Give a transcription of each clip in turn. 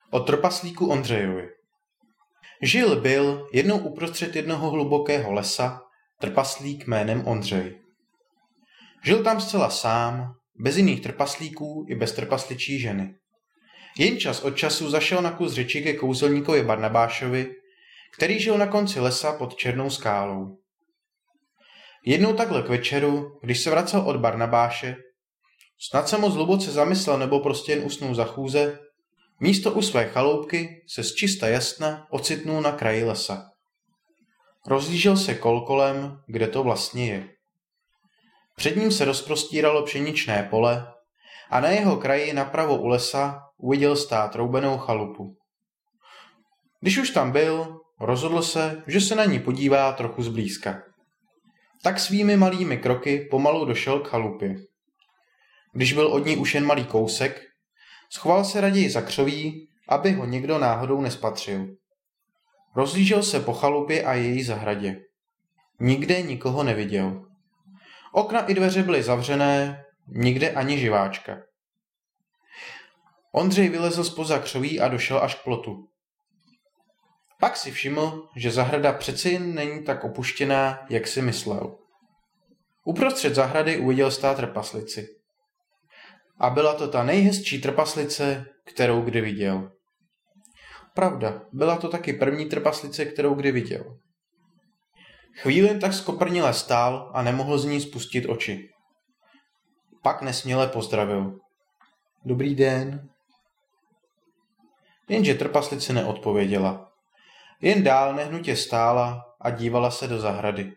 O trpaslíku Ondřejovi. Byl jednou uprostřed jednoho hlubokého lesa trpaslík jménem Ondřej. Žil tam zcela sám, bez jiných trpaslíků i bez trpasličí ženy. Jen čas od času zašel na kus řeči ke kouzelníkovi Barnabášovi, který žil na konci lesa pod černou skálou. Jednou takhle k večeru, když se vracel od Barnabáše, snad se moc hluboce zamyslel nebo prostě jen usnul za chůze, místo u své chaloupky se z čista jasna ocitnul na kraji lesa. Rozhlížel se kolem, kde to vlastně je. Před ním se rozprostíralo pšeničné pole a na jeho kraji napravo u lesa uviděl stát roubenou chalupu. Když už tam byl, rozhodl se, že se na ní podívá trochu zblízka. Tak svými malými kroky pomalu došel k chalupě. Když byl od ní už jen malý kousek, schoval se raději za křoví, aby ho někdo náhodou nespatřil. Rozhlížel se po chalupě a její zahradě. Nikde nikoho neviděl. Okna i dveře byly zavřené, nikde ani živáčka. Ondřej vylezl zpoza křoví a došel až k plotu. Pak si všiml, že zahrada přeci jen není tak opuštěná, jak si myslel. Uprostřed zahrady uviděl stát trpaslici. A byla to ta nejhezčí trpaslice, kterou kdy viděl. Pravda, byla to taky první trpaslice, kterou kdy viděl. Chvíli tak skoprnile stál a nemohl z ní spustit oči. Pak nesměle pozdravil. Dobrý den. Jenže trpaslice neodpověděla. Jen dál nehnutě stála a dívala se do zahrady.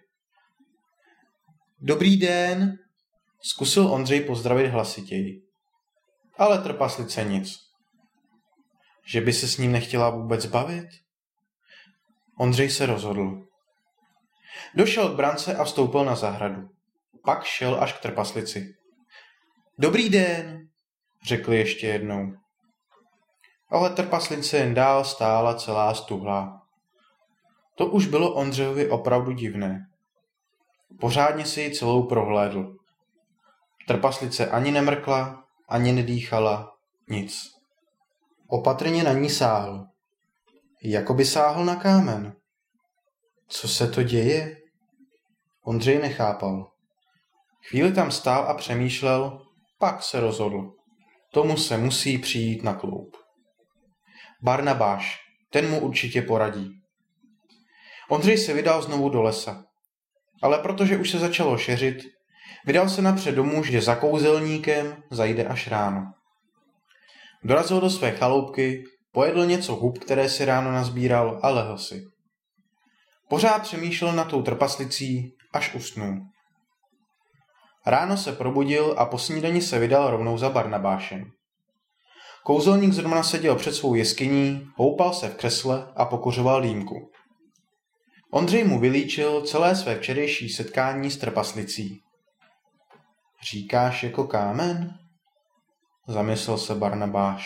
Dobrý den, zkusil Ondřej pozdravit hlasitěji. Ale trpaslice nic. Že by se s ním nechtěla vůbec bavit? Ondřej se rozhodl. Došel k brance a vstoupil na zahradu. Pak šel až k trpaslici. Dobrý den, řekl ještě jednou. Ale trpaslice jen dál stála celá stuhlá. To už bylo Ondřejovi opravdu divné. Pořádně si ji celou prohlédl. Trpaslice ani nemrkla, ani nedýchala, nic. Opatrně na ní sáhl. Jako by sáhl na kámen. Co se to děje? Ondřej nechápal. Chvíli tam stál a přemýšlel, pak se rozhodl. Tomu se musí přijít na kloub. Barnabáš, ten mu určitě poradí. Ondřej se vydal znovu do lesa. Ale protože už se začalo šeřit, vydal se napřed domů, že za kouzelníkem zajde až ráno. Dorazil do své chaloupky, pojedl něco hub, které si ráno nazbíral a lehl si. Pořád přemýšlel nad tou trpaslicí, až usnul. Ráno se probudil a po snídani se vydal rovnou za Barnabášem. Kouzelník zrovna seděl před svou jeskyní, houpal se v křesle a pokuřoval dýmku. Ondřej mu vylíčil celé své včerejší setkání s trpaslicí. Říkáš jako kámen? Zamyslel se Barnabáš.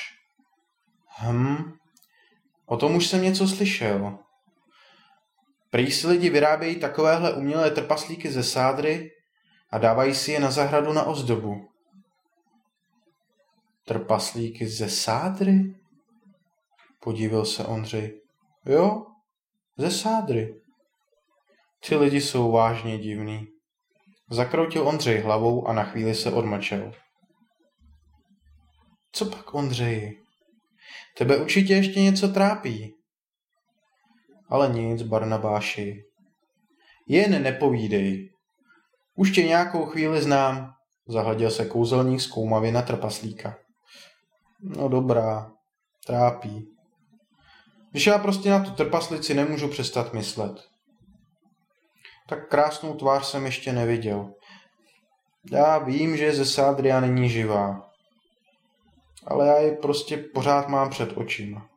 O tom už jsem něco slyšel. Prý si lidi vyrábějí takovéhle umělé trpaslíky ze sádry a dávají si je na zahradu na ozdobu. Trpaslíky ze sádry? Podívil se Ondřej. Jo, ze sádry. Ty lidi jsou vážně divný. Zakroutil Ondřej hlavou a na chvíli se odmlčel. Co pak, Ondřeji? Tebe určitě ještě něco trápí. Ale nic, Barnabáši. Jen nepovídej. Už tě nějakou chvíli znám, zahleděl se kouzelník zkoumavě na trpaslíka. No dobrá, trápí. Když já prostě na tu trpaslici nemůžu přestat myslet. Tak krásnou tvář jsem ještě neviděl. Já vím, že ze sádry a není živá. Ale já ji prostě pořád mám před očima.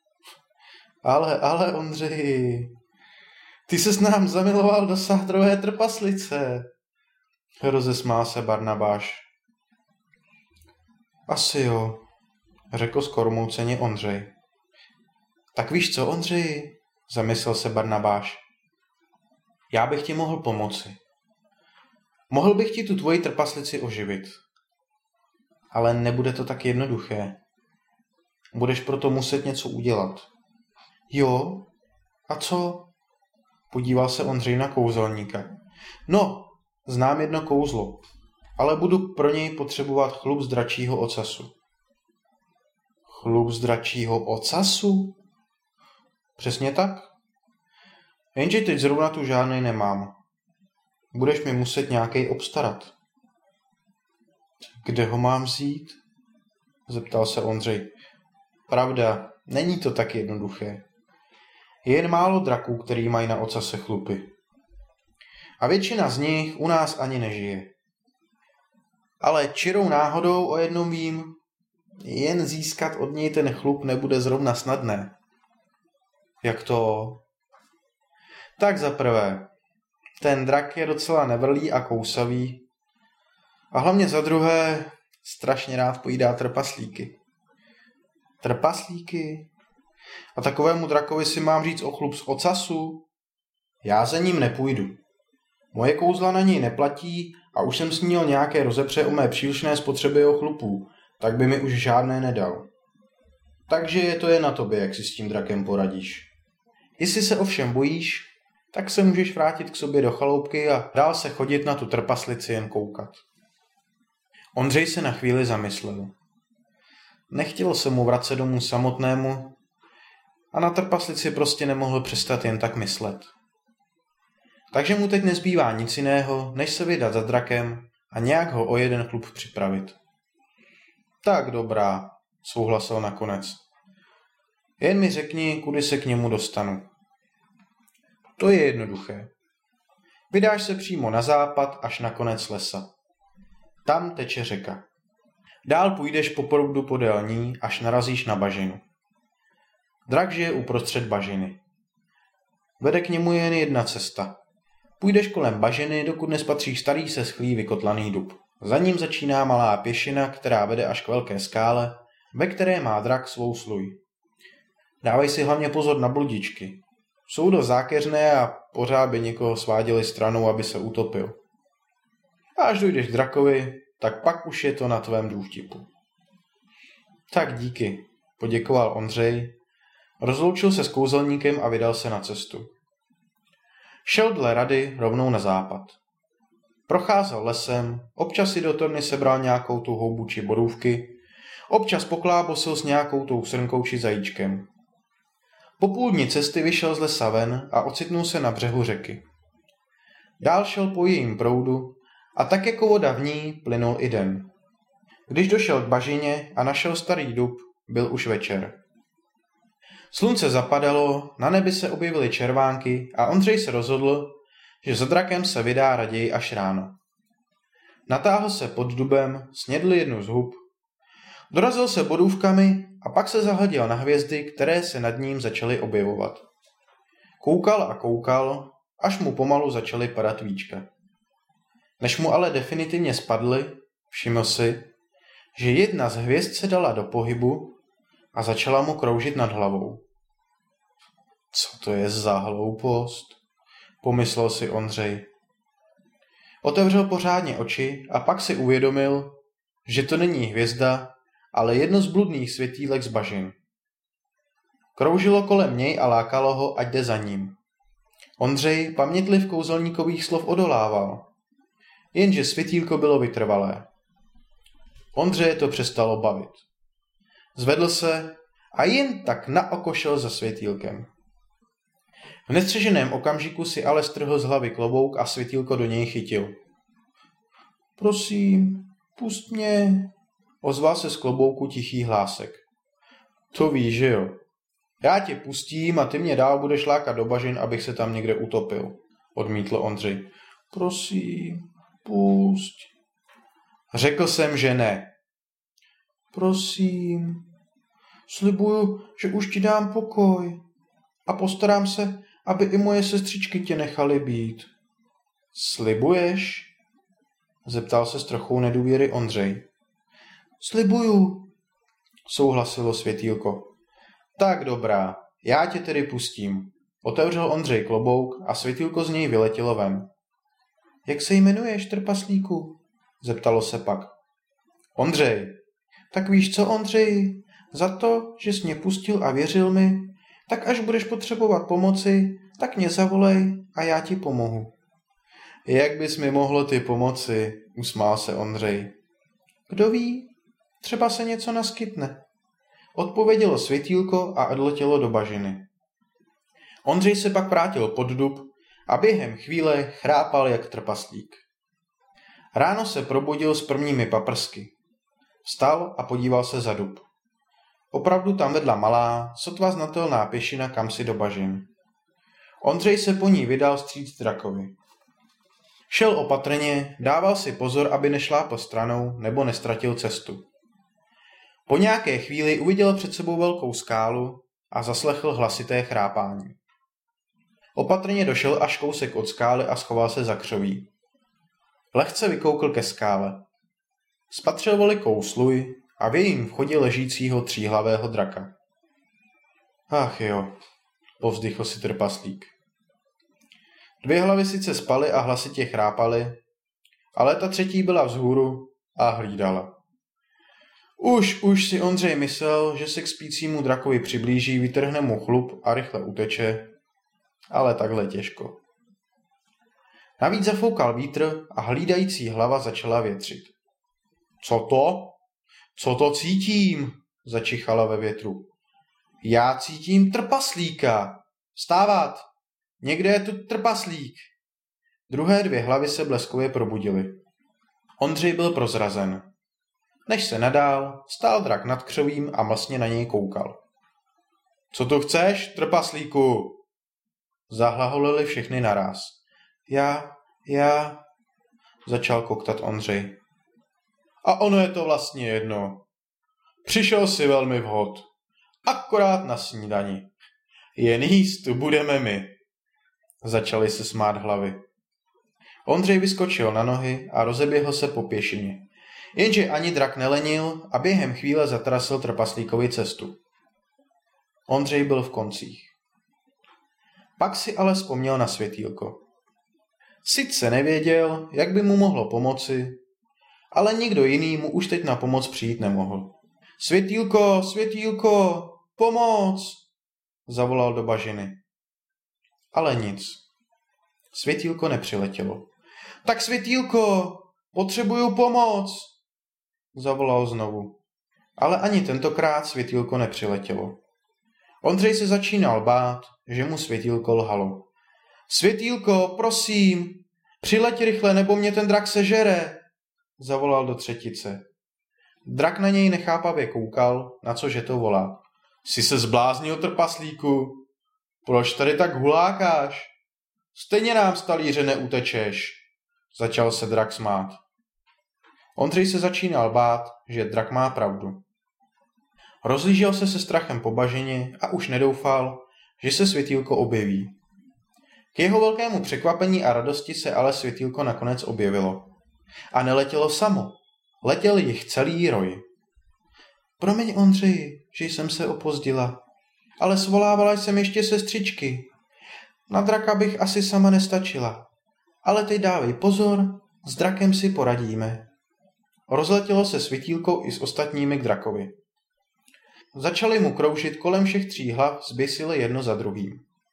Ale Ondřeji, ty ses nám zamiloval do sádrové trpaslice. Rozesmál se Barnabáš. Asi jo, řekl skormouceně Ondřej. Tak víš co, Ondřeji, zamyslel se Barnabáš. Já bych ti mohl pomoci. Mohl bych ti tu tvoji trpaslici oživit. Ale nebude to tak jednoduché. Budeš proto muset něco udělat. Jo? A co? Podíval se Ondřej na kouzelníka. No, znám jedno kouzlo, ale budu pro něj potřebovat chlup z dračího ocasu. Chlup z dračího ocasu? Přesně tak. Jenže teď zrovna tu žádnej nemám. Budeš mi muset nějakej obstarat. Kde ho mám vzít? Zeptal se Ondřej. Pravda, není to tak jednoduché. Je jen málo draků, který mají na ocase chlupy. A většina z nich u nás ani nežije. Ale čirou náhodou o jednom vím, jen získat od něj ten chlup nebude zrovna snadné. Jak to? Tak za prvé, ten drak je docela nevrlý a kousavý. A hlavně za druhé, strašně rád pojídá trpaslíky. Trpaslíky? A takovému drakovi si mám říct o chlup z ocasu? Já za ním nepůjdu. Moje kouzla na něj neplatí a už jsem sníl nějaké rozepře o mé přílišné spotřeby jeho chlupů, tak by mi už žádné nedal. Takže je to jen na tobě, jak si s tím drakem poradíš. Jestli se ovšem bojíš, tak se můžeš vrátit k sobě do chaloupky a dál se chodit na tu trpaslici jen koukat. Ondřej se na chvíli zamyslel. Nechtělo se mu vracet domů samotnému a na trpaslici prostě nemohl přestat jen tak myslet. Takže mu teď nezbývá nic jiného, než se vydat za drakem a nějak ho o jeden chlup připravit. Tak dobrá, souhlasil nakonec. Jen mi řekni, kudy se k němu dostanu. To je jednoduché. Vydáš se přímo na západ až na konec lesa. Tam teče řeka. Dál půjdeš po proudu podél ní, až narazíš na bažinu. Drak žije uprostřed bažiny. Vede k němu jen jedna cesta. Půjdeš kolem bažiny, dokud nespatříš starý seschlý vykotlaný dub. Za ním začíná malá pěšina, která vede až k velké skále, ve které má drak svou sluj. Dávej si hlavně pozor na bludičky. Jsou dost zákeřné a pořád by někoho sváděli stranou, aby se utopil. A až dojdeš k drakovi, tak pak už je to na tvém důvtipu. Tak díky, poděkoval Ondřej, rozloučil se s kouzelníkem a vydal se na cestu. Šel dle rady rovnou na západ. Procházel lesem, občas si do torny sebral nějakou tu houbu či borůvky, občas poklábosil s nějakou tou srnkou či zajíčkem. Po půl dni cesty vyšel z lesa ven a ocitnul se na břehu řeky. Dál šel po jejím proudu a tak jako voda v ní plynul i den. Když došel k bažině a našel starý dub, byl už večer. Slunce zapadalo, na nebi se objevily červánky a Ondřej se rozhodl, že za drakem se vydá raději až ráno. Natáhl se pod dubem, snědl jednu z hub, dorazil se borůvkami a pak se zahleděl na hvězdy, které se nad ním začaly objevovat. Koukal a koukal, až mu pomalu začaly padat víčka. Než mu ale definitivně spadly, všiml si, že jedna z hvězd se dala do pohybu a začala mu kroužit nad hlavou. Co to je za hloupost? Pomyslel si Ondřej. Otevřel pořádně oči a pak si uvědomil, že to není hvězda, ale jedno z bludných světýlek z bažin. Kroužilo kolem něj a lákalo ho, ať jde za ním. Ondřej pamětliv kouzelníkových slov odolával, jenže světýlko bylo vytrvalé. Ondřeje to přestalo bavit. Zvedl se a jen tak na oko šel za světýlkem. V nestřeženém okamžiku si ale strhl z hlavy klobouk a světýlko do něj chytil. Prosím, pust mě, ozval se z klobouku tichý hlásek. To víš, že jo. Já tě pustím a ty mě dál budeš lákat do bažin, abych se tam někde utopil, odmítl Ondřej. Prosím, pusť. Řekl jsem, že ne. Prosím, slibuju, že už ti dám pokoj a postarám se, aby i moje sestřičky tě nechaly být. Slibuješ? Zeptal se s trochou nedůvěry Ondřej. Slibuju, souhlasilo světýlko. Tak dobrá, já tě tedy pustím. Otevřel Ondřej klobouk a světýlko z něj vyletělo ven. Jak se jmenuješ, trpaslíku? Zeptalo se pak. Ondřej. Tak víš co, Ondřej? Za to, že jsi mě pustil a věřil mi, tak až budeš potřebovat pomoci, tak mě zavolej a já ti pomohu. Jak bys mi mohlo ty pomoci, usmál se Ondřej. Kdo ví, třeba se něco naskytne. Odpovědělo světýlko a odletělo do bažiny. Ondřej se pak vrátil pod dub a během chvíle chrápal jak trpaslík. Ráno se probudil s prvními paprsky. Vstal a podíval se za dub. Opravdu tam vedla malá, sotva znatelná pěšina kamsi do bažin. Ondřej se po ní vydal vstříc drakovi. Šel opatrně, dával si pozor, aby nešlápl stranou nebo nestratil cestu. Po nějaké chvíli uviděl před sebou velkou skálu a zaslechl hlasité chrápání. Opatrně došel až kousek od skály a schoval se za křoví. Lehce vykoukl ke skále. Spatřil velikou sluj a v jejím vchodě ležícího tříhlavého draka. Ach jo, povzdychl si trpaslík. Dvě hlavy sice spaly a hlasitě chrápaly, ale ta třetí byla vzhůru a hlídala. Už si Ondřej myslel, že se k spícímu drakovi přiblíží, vytrhne mu chlup a rychle uteče, ale takhle těžko. Navíc zafoukal vítr a hlídající hlava začala větřit. Co to? Co to cítím? Začichala ve větru. Já cítím trpaslíka. Vstávat! Někde je tu trpaslík. Druhé dvě hlavy se bleskově probudily. Ondřej byl prozrazen. Než se nadál, stál drak nad křovím a mlsně na něj koukal. Co tu chceš, trpaslíku? Zahlaholili všechny naráz. Já, začal koktat Ondřej. A ono je to vlastně jedno. Přišel si velmi vhod. Akorát na snídani. Jen jíst tu budeme my. Začaly se smát hlavy. Ondřej vyskočil na nohy a rozeběhl se po pěšině. Jenže ani drak nelenil a během chvíle zatrasil trpaslíkovi cestu. Ondřej byl v koncích. Pak si ale vzpomněl na světýlko. Sice nevěděl, jak by mu mohlo pomoci, ale nikdo jiný mu už teď na pomoc přijít nemohl. Světýlko, světýlko, pomoc! Zavolal do bažiny. Ale nic. Světýlko nepřiletělo. Tak světýlko, potřebuju pomoc! Zavolal znovu. Ale ani tentokrát světýlko nepřiletělo. Ondřej se začínal bát, že mu světýlko lhalo. Světýlko, prosím, přileď rychle, nebo mě ten drak sežere, zavolal do třetice. Drak na něj nechápavě koukal, na cože to volá. Jsi se zbláznil, trpaslíku? Proč tady tak hulákáš? Stejně nám z talíře neutečeš, začal se drak smát. Ondřej se začínal bát, že drak má pravdu. Rozlížel se strachem po bažině a už nedoufal, že se světýlko objeví. K jeho velkému překvapení a radosti se ale světýlko nakonec objevilo. A neletělo samo. Letěl jich celý roj. Promiň, Ondřeji, že jsem se opozdila, ale svolávala jsem ještě sestřičky. Na draka bych asi sama nestačila. Ale teď dávej pozor, s drakem si poradíme. Rozletělo se světýlko i s ostatními k drakovi. Začali mu kroužit kolem všech tří hlav, zběsile jedno za druhým.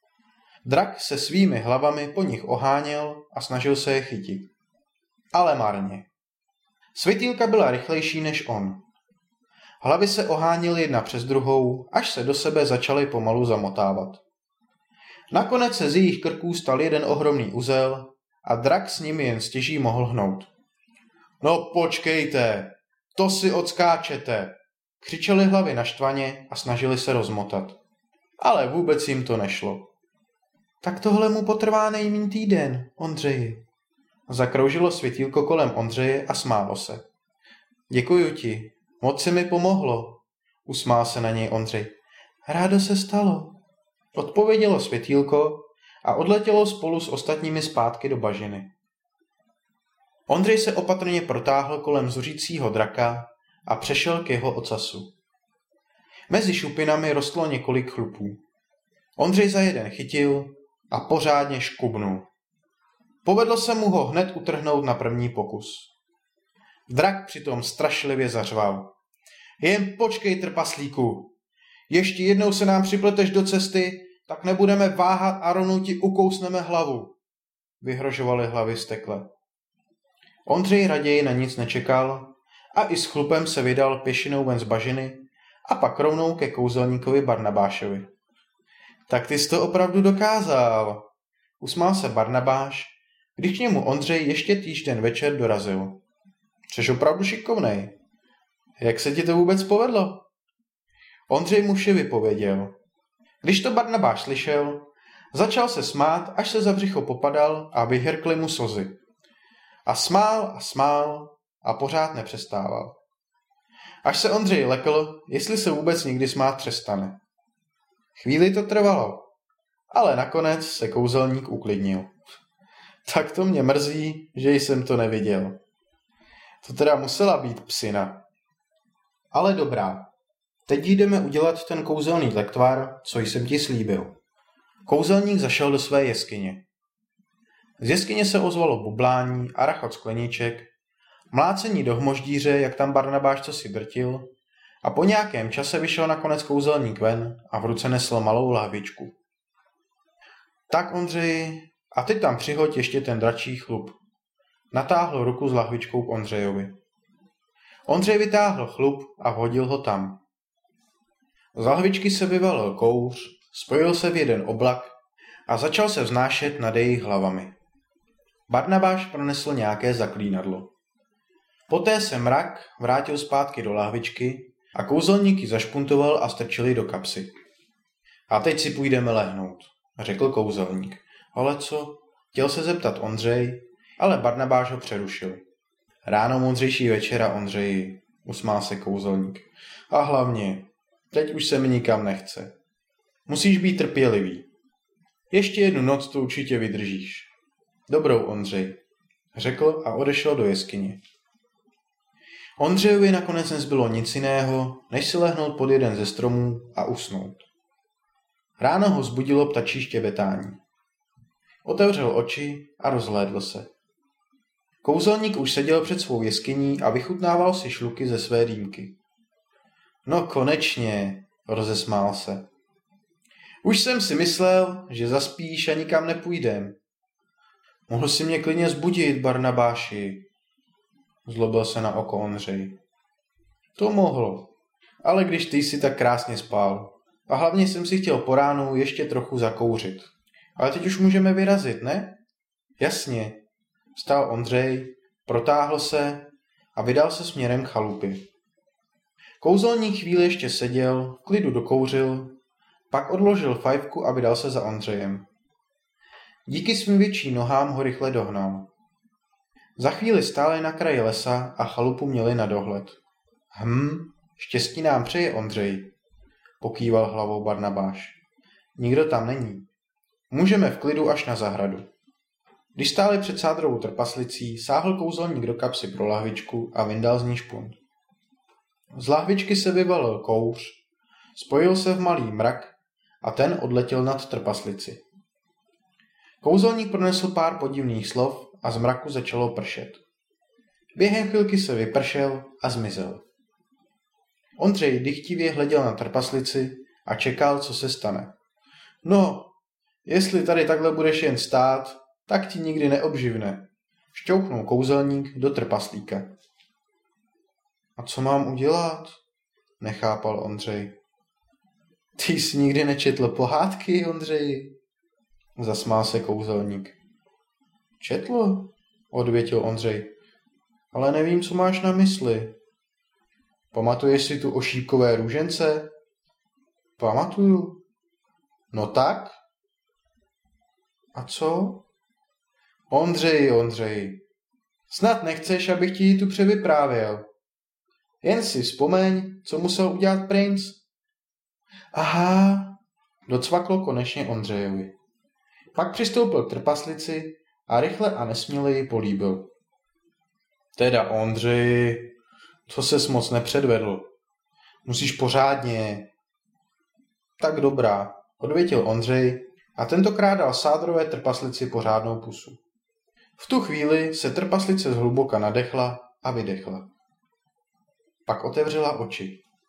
Drak se svými hlavami po nich oháněl a snažil se je chytit. Ale marně. Světýlka byla rychlejší než on. Hlavy se oháněly jedna přes druhou, až se do sebe začaly pomalu zamotávat. Nakonec se z jejich krků stal jeden ohromný uzel a drak s nimi jen stěží mohl hnout. No počkejte, to si odskáčete, křičely hlavy naštvaně a snažili se rozmotat. Ale vůbec jim to nešlo. Tak tohle mu potrvá nejmíň týden, Ondřeji. Zakroužilo světýlko kolem Ondřeje a smálo se. Děkuju ti, moc si mi pomohlo, usmál se na něj Ondřej. Rádo se stalo, odpovědělo světýlko a odletělo spolu s ostatními zpátky do bažiny. Ondřej se opatrně protáhl kolem zuřícího draka a přešel k jeho ocasu. Mezi šupinami rostlo několik chlupů. Ondřej za jeden chytil a pořádně škubnul. Povedlo se mu ho hned utrhnout na první pokus. Drak přitom strašlivě zařval. Jen počkej, trpaslíku. Ještě jednou se nám připleteš do cesty, tak nebudeme váhat a rovnou ti ukousneme hlavu. Vyhrožovaly hlavy stekle. Ondřej raději na nic nečekal a i s chlupem se vydal pěšinou ven z bažiny a pak rovnou ke kouzelníkovi Barnabášovi. Tak ty jsi to opravdu dokázal, usmál se Barnabáš, když k němu Ondřej ještě týžden večer dorazil. Jsi opravdu šikovnej. Jak se ti to vůbec povedlo? Ondřej mu vše vypověděl. Když to Barnabáš slyšel, začal se smát, až se za břicho popadal a vyhrkly mu slzy. A smál a pořád nepřestával. Až se Ondřej lekl, jestli se vůbec nikdy smát přestane. Chvíli to trvalo, ale nakonec se kouzelník uklidnil. Tak to mě mrzí, že jsem to neviděl. To teda musela být psina. Ale dobrá, teď jdeme udělat ten kouzelný lektvar, co jsem ti slíbil. Kouzelník zašel do své jeskyně. Z jeskyně se ozvalo bublání a rachot skleniček, mlácení do hmoždíře, jak tam Barnabáš cosi drtil, a po nějakém čase vyšel nakonec kouzelník ven a v ruce nesl malou lahvičku. Tak Ondřej, a teď tam přihoď ještě ten dračí chlup. Natáhl ruku s lahvičkou k Ondřejovi. Ondřej vytáhl chlup a vhodil ho tam. Z lahvičky se vyvalil kouř, spojil se v jeden oblak a začal se vznášet nad jejich hlavami. Barnabáš pronesl nějaké zaklínadlo. Poté se mrak vrátil zpátky do lahvičky a kouzelníky zašpuntoval a strčili do kapsy. A teď si půjdeme lehnout, řekl kouzelník. Ale co? Chtěl se zeptat Ondřej, ale Barnabáš ho přerušil. Ráno moudřejší večera, Ondřeji, usmál se kouzelník. A hlavně, teď už se mi nikam nechce. Musíš být trpělivý. Ještě jednu noc to určitě vydržíš. Dobrou, Ondřej, řekl a odešel do jeskyně. Ondřejovi nakonec nezbylo nic jiného, než si lehnout pod jeden ze stromů a usnout. Ráno ho zbudilo ptačí štěbetání. Otevřel oči a rozhlédl se. Kouzelník už seděl před svou jeskyní a vychutnával si šluky ze své dýmky. No konečně, rozesmál se. Už jsem si myslel, že zaspíš a nikam nepůjdem. Mohl si mě klidně zbudit, Barnabáši, zlobil se na oko Ondřej. To mohlo, ale když ty jsi tak krásně spal. A hlavně jsem si chtěl po ránu ještě trochu zakouřit. Ale teď už můžeme vyrazit, ne? Jasně. Vstal Ondřej, protáhl se a vydal se směrem k chalupě. Kouzelník chvíli ještě seděl, v klidu dokouřil, pak odložil fajfku a vydal se za Ondřejem. Díky svým větším nohám ho rychle dohnal. Za chvíli stáli na kraji lesa a chalupu měli na dohled. Štěstí nám přeje, Ondřej, pokýval hlavou Barnabáš. Nikdo tam není. Můžeme v klidu až na zahradu. Když stáli před sádrovou trpaslicí, sáhl kouzelník do kapsy pro lahvičku a vyndal z ní špunt. Z lahvičky se vyvalil kouř, spojil se v malý mrak a ten odletěl nad trpaslici. Kouzelník pronesl pár podivných slov a z mraku začalo pršet. Během chvilky se vypršel a zmizel. Ondřej dychtivě hleděl na trpaslici a čekal, co se stane. No, jestli tady takhle budeš jen stát, tak ti nikdy neobživne, šťouchnul kouzelník do trpaslíka. A co mám udělat? Nechápal Ondřej. Ty jsi nikdy nečetl pohádky, Ondřej? Zasmál se kouzelník. Četl? Odvětil Ondřej. Ale nevím, co máš na mysli. Pamatuješ si tu o šípkové růžence? Pamatuju. No tak? A co? Ondřej, snad nechceš, abych ti ji tu převyprávěl. Jen si vzpomeň, co musel udělat princ. Aha, docvaklo konečně Ondřejovi. Pak přistoupil k trpaslici a rychle a nesměle ji políbil. Teda Ondřej, to ses moc nepředvedl. Musíš pořádně. Tak dobrá, odvětil Ondřej a tentokrát dal sádrové trpaslici pořádnou pusu. V tu chvíli se trpaslice zhluboka nadechla a vydechla. Pak otevřela oči.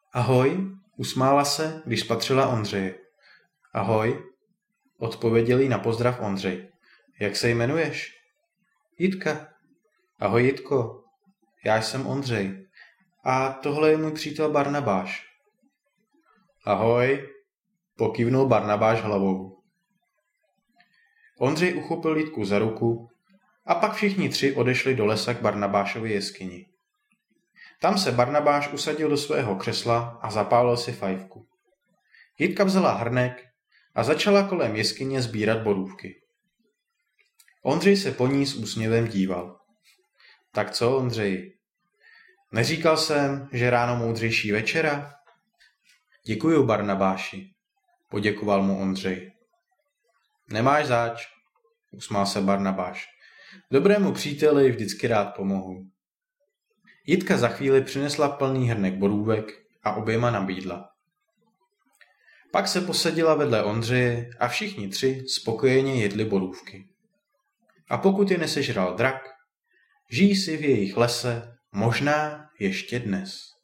Ahoj, usmála se, když spatřila Ondřeje. Ahoj, odpověděl jí na pozdrav Ondřej. Jak se jmenuješ? Jitka. Ahoj Jitko, já jsem Ondřej. A tohle je můj přítel Barnabáš. Ahoj, pokývnul Barnabáš hlavou. Ondřej uchopil Jitku za ruku a pak všichni tři odešli do lesa k Barnabášově jeskyni. Tam se Barnabáš usadil do svého křesla a zapálil si fajfku. Jitka vzala hrnek a začala kolem jeskyně sbírat borůvky. Ondřej se po ní s úsměvem díval. Tak co, Ondřej? Neříkal jsem, že ráno moudřejší večera? Děkuju, Barnabáši, poděkoval mu Ondřej. Nemáš zač, usmál se Barnabáš. Dobrému příteli vždycky rád pomohu. Jitka za chvíli přinesla plný hrnek borůvek a oběma nabídla. Pak se posadila vedle Ondřeje a všichni tři spokojeně jedli borůvky. A pokud je nesežral drak, žijí si v jejich lese možná ještě dnes.